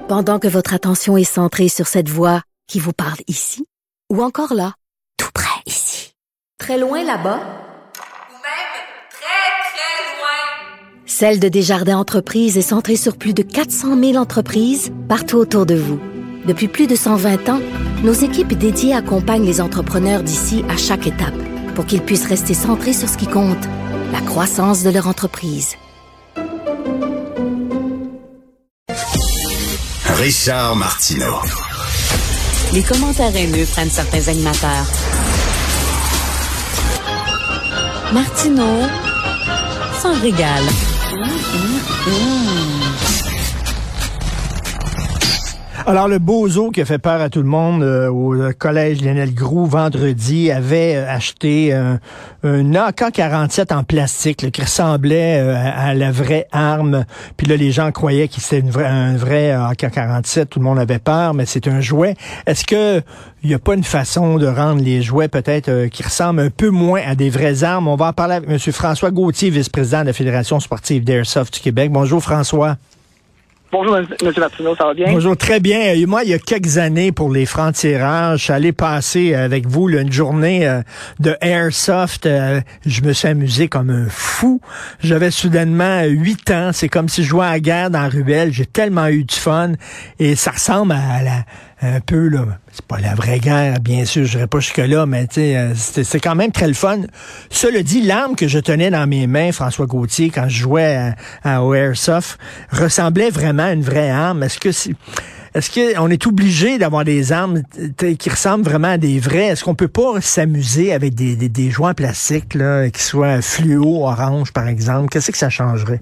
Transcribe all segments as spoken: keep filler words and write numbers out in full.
Pendant que votre attention est centrée sur cette voix qui vous parle ici, ou encore là, tout près ici, très loin là-bas, ou même très, très loin, Celle de Desjardins Entreprises est centrée sur plus de quatre cent mille entreprises partout autour de vous. Depuis plus de cent vingt ans, nos équipes dédiées accompagnent les entrepreneurs d'ici à chaque étape pour qu'ils puissent rester centrés sur ce qui compte, la croissance de leur entreprise. Richard Martineau. Les commentaires haineux prennent certains animateurs. Martineau s'en régale. Mmh, mmh, mmh. Alors, le bozo qui a fait peur à tout le monde euh, au collège Lionel Groulx vendredi avait euh, acheté euh, un A K quarante-sept en plastique là, qui ressemblait euh, à, à la vraie arme. Puis là, les gens croyaient que c'était une vraie, un vrai A K quarante-sept. Tout le monde avait peur, mais c'est un jouet. Est-ce que il n'y a pas une façon de rendre les jouets peut-être euh, qui ressemblent un peu moins à des vraies armes? On va en parler avec M. François Gauthier, vice-président de la Fédération sportive d'Airsoft du Québec. Bonjour, François. Bonjour, M. Martineau, ça va bien? Bonjour, très bien. Moi, il y a quelques années, pour les francs-tireurs, je suis allé passer avec vous là, une journée euh, de Airsoft. Euh, je me suis amusé comme un fou. J'avais soudainement huit ans. C'est comme si je jouais à la guerre dans la ruelle. J'ai tellement eu du fun. Et ça ressemble à la... un peu, là, c'est pas la vraie guerre, bien sûr, je n'irai pas jusque-là, mais tu sais, c'est, c'est quand même très le fun. Cela dit, l'arme que je tenais dans mes mains, François Gauthier, quand je jouais à, à au Airsoft, ressemblait vraiment à une vraie arme. Est-ce que c'est, est-ce qu'on est obligé d'avoir des armes qui ressemblent vraiment à des vraies? Est-ce qu'on peut pas s'amuser avec des, des, des jouets en plastique, là, qui soient fluo, orange, par exemple? Qu'est-ce que ça changerait?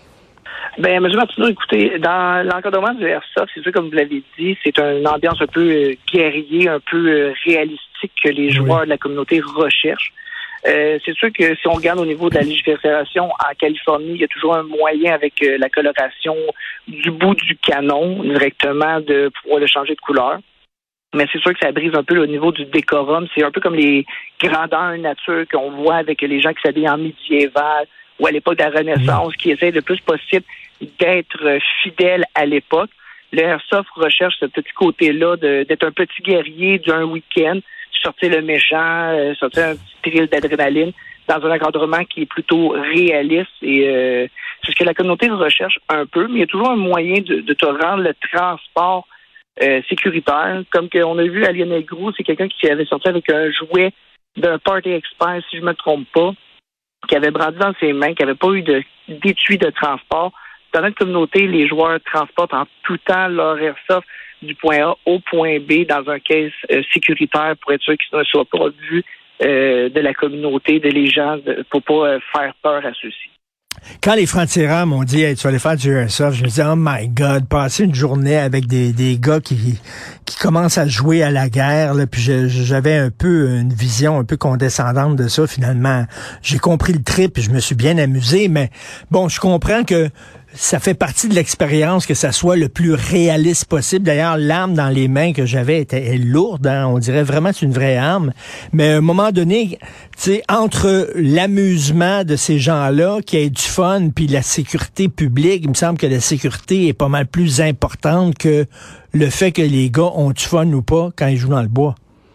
Ben, M. Martineau, écoutez, dans l'encadrement du Airsoft, c'est sûr, comme vous l'avez dit, c'est une ambiance un peu euh, guerrier, un peu euh, réalistique que les joueurs oui. de la communauté recherchent. Euh, c'est sûr que si on regarde au niveau de la légifération en Californie, il y a toujours un moyen avec euh, la coloration du bout du canon directement de pouvoir le changer de couleur. Mais c'est sûr que ça brise un peu le niveau du décorum. C'est un peu comme les grandeurs nature qu'on voit avec les gens qui s'habillent en médiéval ou à l'époque de la Renaissance, qui essaient le plus possible d'être fidèles à l'époque. Le Airsoft recherche ce petit côté-là de, d'être un petit guerrier d'un week-end, sortir le méchant, euh, sortir un petit thrill d'adrénaline dans un encadrement qui est plutôt réaliste. Et euh, c'est ce que la communauté recherche un peu, mais il y a toujours un moyen de, de te rendre le transport euh, sécuritaire. Comme qu'on a vu à Lionel Groulx, c'est quelqu'un qui avait sorti avec un jouet d'un Party Express, si je me trompe pas, qui avait brandi dans ses mains, qui n'avait pas eu de, d'étui de transport. Dans notre communauté, les joueurs transportent en tout temps leur Airsoft du point A au point B dans un caisse euh, sécuritaire pour être sûr qu'ils ne soient pas vus euh, de la communauté, de les gens, de, pour pas euh, faire peur à ceux-ci. Quand les francs-tireurs m'ont dit hey, « tu vas aller faire du Airsoft », je me disais « oh my God », passer une journée avec des, des gars qui qui commencent à jouer à la guerre, là, puis je, j'avais un peu une vision un peu condescendante de ça. Finalement, j'ai compris le trip et je me suis bien amusé, mais bon, je comprends que ça fait partie de l'expérience que ça soit le plus réaliste possible. D'ailleurs, l'arme dans les mains que j'avais était est lourde. Hein? On dirait vraiment que c'est une vraie arme. Mais à un moment donné, tu sais, entre l'amusement de ces gens-là, qui ait du fun, puis la sécurité publique, il me semble que la sécurité est pas mal plus importante que le fait que les gars ont du fun ou pas quand ils jouent dans le bois.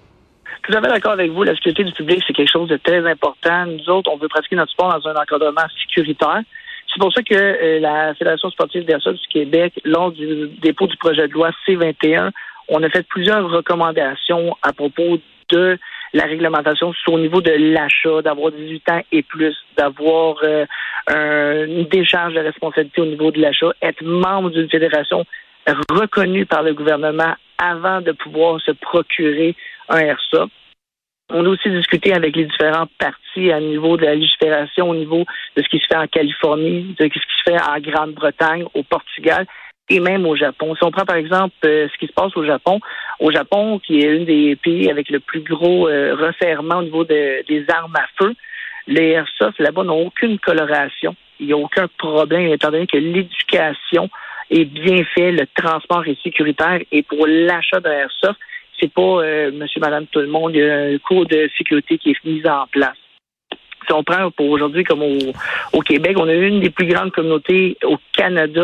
Tout à fait d'accord avec vous. La sécurité du public, c'est quelque chose de très important. Nous autres, on veut pratiquer notre sport dans un encadrement sécuritaire. C'est pour ça que euh, la Fédération sportive d'Airsoft du Québec, lors du dépôt du projet de loi C vingt et un, on a fait plusieurs recommandations à propos de la réglementation au niveau de l'achat, d'avoir dix-huit ans et plus, d'avoir euh, un, une décharge de responsabilité au niveau de l'achat, être membre d'une fédération reconnue par le gouvernement avant de pouvoir se procurer un Airsoft. On a aussi discuté avec les différents partis à niveau de la légifération, au niveau de ce qui se fait en Californie, de ce qui se fait en Grande-Bretagne, au Portugal et même au Japon. Si on prend par exemple euh, ce qui se passe au Japon, au Japon, qui est l'un des pays avec le plus gros euh, resserrement au niveau de, des armes à feu, les Airsoft là-bas n'ont aucune coloration. Il n'y a aucun problème, étant donné que l'éducation est bien faite, le transport est sécuritaire et pour l'achat d'un Airsoft, c'est pas euh, monsieur, madame, tout le monde. Il y a un cours de sécurité qui est mis en place. Si on prend pour aujourd'hui, comme au, au Québec, on a une des plus grandes communautés au Canada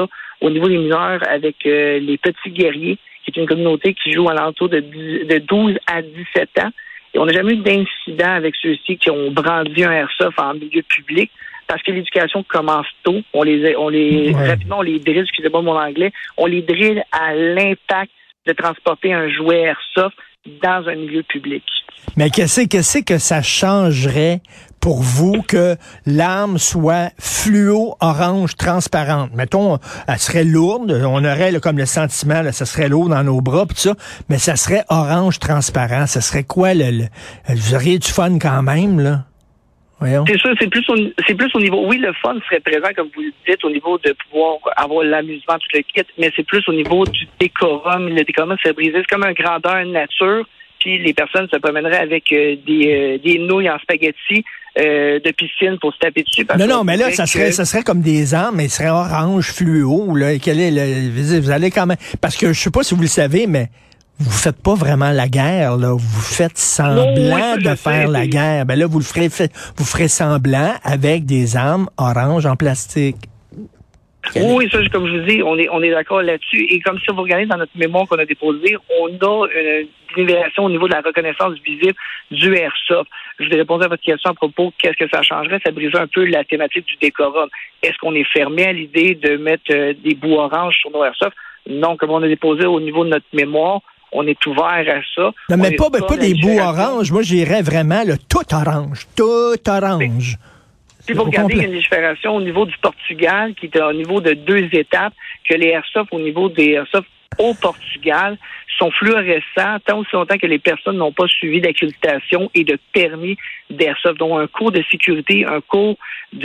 au niveau des mineurs avec euh, les Petits Guerriers, qui est une communauté qui joue à l'entour de, de douze à dix-sept ans. Et on n'a jamais eu d'incident avec ceux-ci qui ont brandi un airsoft en milieu public parce que l'éducation commence tôt. On les, on les, ouais. rapidement, on les drille, excusez-moi mon anglais, on les drille à l'impact de transporter un jouet airsoft dans un milieu public. Mais qu'est-ce que c'est que ça changerait pour vous que l'arme soit fluo orange transparente? Mettons, elle serait lourde, on aurait là, comme le sentiment, là, ça serait lourd dans nos bras pis tout ça, mais ça serait orange transparent. Ça serait quoi le, le vous auriez du fun quand même, là? Voyons. C'est sûr, c'est plus au, c'est plus au niveau, oui, le fun serait présent, comme vous le dites, au niveau de pouvoir avoir l'amusement, tout le kit, mais c'est plus au niveau du décorum. Le décorum serait brisé, c'est comme un grandeur nature, puis les personnes se promèneraient avec euh, des, euh, des nouilles en spaghetti euh, de piscine pour se taper dessus. Parce non, non, mais là, ça serait, que... ça serait comme des armes, mais ce serait orange fluo, là, et quel est le, vous allez quand même, parce que je sais pas si vous le savez, mais vous faites pas vraiment la guerre, là. Vous faites semblant non, oui, de faire sais, la guerre. Ben là, vous le ferez, vous ferez semblant avec des armes orange en plastique. Quel oui, est... ça, comme je vous dis, on est, on est d'accord là-dessus. Et comme si vous regardez dans notre mémoire qu'on a déposée, on a une innovation au niveau de la reconnaissance visible du airsoft. Je vous ai répondu à votre question à propos, qu'est-ce que ça changerait? Ça briserait un peu la thématique du décorum. Est-ce qu'on est fermé à l'idée de mettre euh, des bouts oranges sur nos airsoft? Non, comme on a déposé au niveau de notre mémoire, on est ouvert à ça. Non, mais pas, pas, pas des bouts oranges. Moi, j'irais vraiment le tout orange. Tout orange. Si vous regardez, il y a une légifération au niveau du Portugal qui est au niveau de deux étapes, que les airsoft au niveau des airsoft au Portugal sont fluorescents tant aussi longtemps que les personnes n'ont pas suivi d'accréditation et de permis d'airsoft. Donc, un cours de sécurité, un cours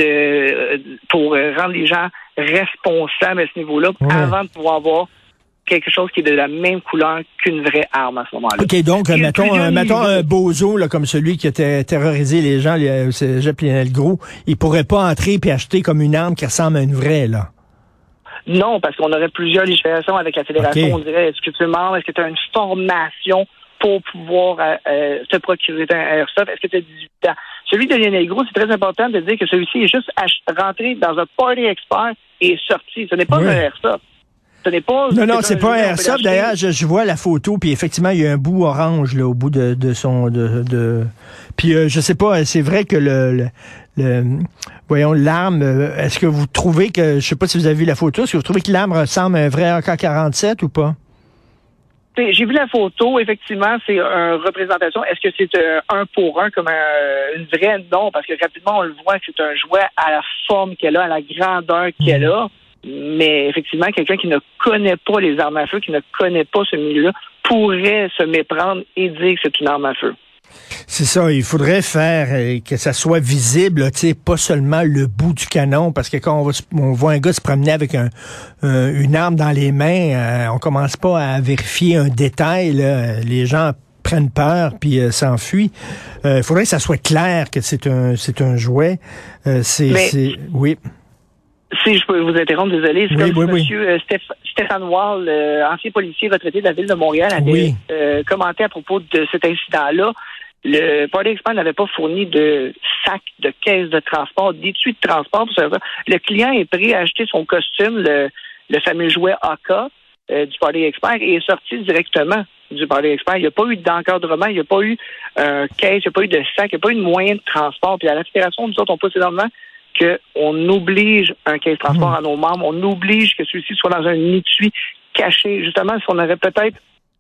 de pour rendre les gens responsables à ce niveau-là ouais. avant de pouvoir avoir quelque chose qui est de la même couleur qu'une vraie arme à ce moment-là. OK, donc, et mettons, un, mettons un bozo, là, comme celui qui a terrorisé les gens, le Cégep Lionel Groulx, il pourrait pas entrer et acheter comme une arme qui ressemble à une vraie, là. Non, parce qu'on aurait plusieurs légiférations avec la Fédération. Okay. On dirait, est-ce que tu es membre, est-ce que tu as une formation pour pouvoir euh, te procurer un airsoft? Est-ce que tu as dix-huit ans? Celui de Lionel Groulx, c'est très important de dire que celui-ci est juste rentré dans un party expert et est sorti. Ce n'est pas oui. un airsoft. Ce n'est pas, non, non, c'est pas un airsoft. D'ailleurs, je, je vois la photo, puis effectivement, il y a un bout orange là au bout de, de son... de, de... Puis euh, je sais pas, c'est vrai que le... le, le voyons, l'arme, est-ce que vous trouvez que... Je sais pas si vous avez vu la photo, est-ce que vous trouvez que l'arme ressemble à un vrai A K quarante-sept ou pas? J'ai vu la photo, effectivement, c'est une représentation. Est-ce que c'est un, un pour un comme un, une vraie? Non, parce que rapidement, on le voit que c'est un jouet à la forme qu'elle a, à la grandeur qu'elle a. Mais effectivement, quelqu'un qui ne connaît pas les armes à feu, qui ne connaît pas ce milieu-là, pourrait se méprendre et dire que c'est une arme à feu. C'est ça, il faudrait faire euh, que ça soit visible, tu sais, pas seulement le bout du canon, parce que quand on, va, on voit un gars se promener avec un, euh, une arme dans les mains, euh, on commence pas à vérifier un détail, là. Les gens prennent peur puis euh, s'enfuient. Il euh, faudrait que ça soit clair que c'est un c'est un jouet. Euh, c'est, Mais... c'est oui. Si je peux vous interrompre, désolé, c'est oui, comme oui, si oui. M. Stéph- Stéphane Wall, euh, ancien policier retraité de la Ville de Montréal, avait oui. euh, commenté à propos de cet incident-là. Le Party Expert n'avait pas fourni de sacs, de caisses de transport, d'étuis de transport. Pour ça. Le client est prêt à acheter son costume, le, le fameux jouet A K euh, du Party Expert, et est sorti directement du Party Expert. Il n'y a pas eu d'encadrement, il n'y a pas eu euh, caisse, il n'y a pas eu de sac, il n'y a pas eu de moyen de transport. Puis à la fédération, nous autres, on pousse énormément qu'on oblige un caisse transport mmh. à nos membres, on oblige que celui-ci soit dans un étui caché. Justement, si on aurait peut-être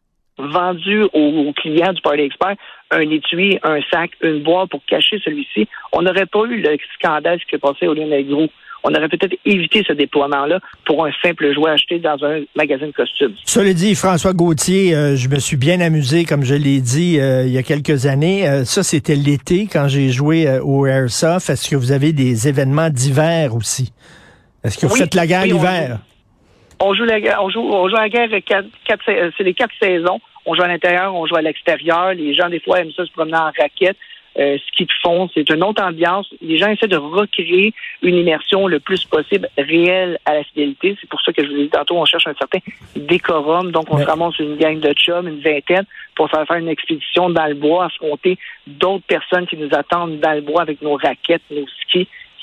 vendu aux, aux clients du Party Expert un étui, un sac, une boîte pour cacher celui-ci, on n'aurait pas eu le scandale qui s'est passé au Lionel Groulx. On aurait peut-être évité ce déploiement-là pour un simple jouet acheté dans un magazine costume. Cela dit, François Gauthier, euh, je me suis bien amusé, comme je l'ai dit euh, il y a quelques années. Euh, ça, c'était l'été, quand j'ai joué euh, au Airsoft. Est-ce que vous avez des événements d'hiver aussi? Est-ce que vous oui, faites la guerre oui, l'hiver? On joue, on joue la guerre, on joue, on joue la guerre avec quatre, quatre, c'est les quatre saisons. On joue à l'intérieur, on joue à l'extérieur. Les gens, des fois, aiment ça se promener en raquette. Euh, ce qu'ils font, c'est une autre ambiance. Les gens essaient de recréer une immersion le plus possible réelle à la fidélité. C'est pour ça que je vous ai dit tantôt, on cherche un certain décorum. Donc, on ouais. se ramasse une gang de chums, une vingtaine, pour faire une expédition dans le bois, affronter d'autres personnes qui nous attendent dans le bois avec nos raquettes, nos skis.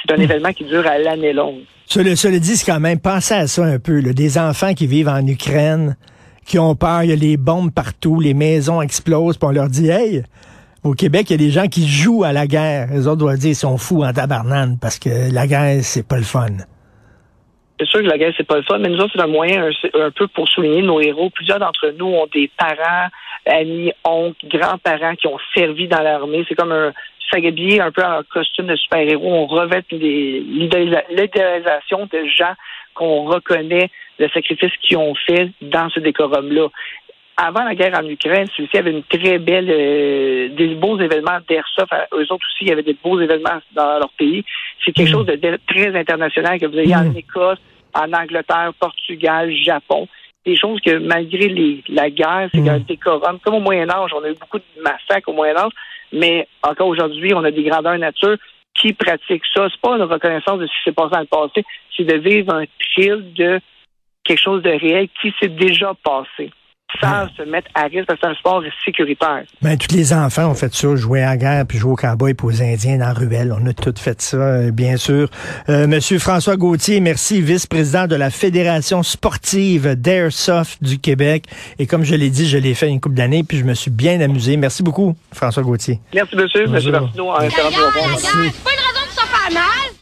c'est un événement qui dure à l'année longue. Cela, cela dit, c'est quand même, pensez à ça un peu, là, des enfants qui vivent en Ukraine, qui ont peur, il y a les bombes partout, les maisons explosent, puis on leur dit, hey, au Québec, il y a des gens qui jouent à la guerre. Les autres doivent dire, ils sont fous en tabarnane, parce que la guerre, c'est pas le fun. C'est sûr que la guerre, c'est pas le fun, mais nous autres, c'est un moyen un, un peu pour souligner nos héros. Plusieurs d'entre nous ont des parents, amis, oncles, grands-parents qui ont servi dans l'armée. C'est comme un s'habiller un peu en costume de super-héros. On revêt l'idéalisation de gens qu'on reconnaît le sacrifice qu'ils ont fait dans ce décorum-là. Avant la guerre en Ukraine, celui-ci avait une très belle, euh, des beaux événements d'airsoft. Eux autres aussi, il y avait des beaux événements dans leur pays. C'est quelque mmh. chose de, de très international que vous ayez mmh. en Écosse, en Angleterre, Portugal, Japon. Des choses que malgré les, la guerre, c'est mmh. un décorum. Comme au Moyen-Âge, on a eu beaucoup de massacres au Moyen-Âge, mais encore aujourd'hui, on a des grandeurs nature qui pratiquent ça. C'est pas une reconnaissance de ce qui s'est passé dans le passé, c'est de vivre un thrill de quelque chose de réel qui s'est déjà passé, sans se mettre à risque, parce que c'est un sport sécuritaire. Ben, tous les enfants ont fait ça, jouer à la guerre, puis jouer aux cowboys et aux Indiens dans la ruelle. On a tous fait ça, euh, bien sûr. Euh, Monsieur François Gauthier, merci, vice-président de la Fédération sportive d'Airsoft du Québec. Et comme je l'ai dit, je l'ai fait une couple d'années, puis je me suis bien amusé. Merci beaucoup, François Gauthier. Merci, monsieur. Bonjour. Monsieur Martineau, en Merci. C'est pas une raison pour se faire mal.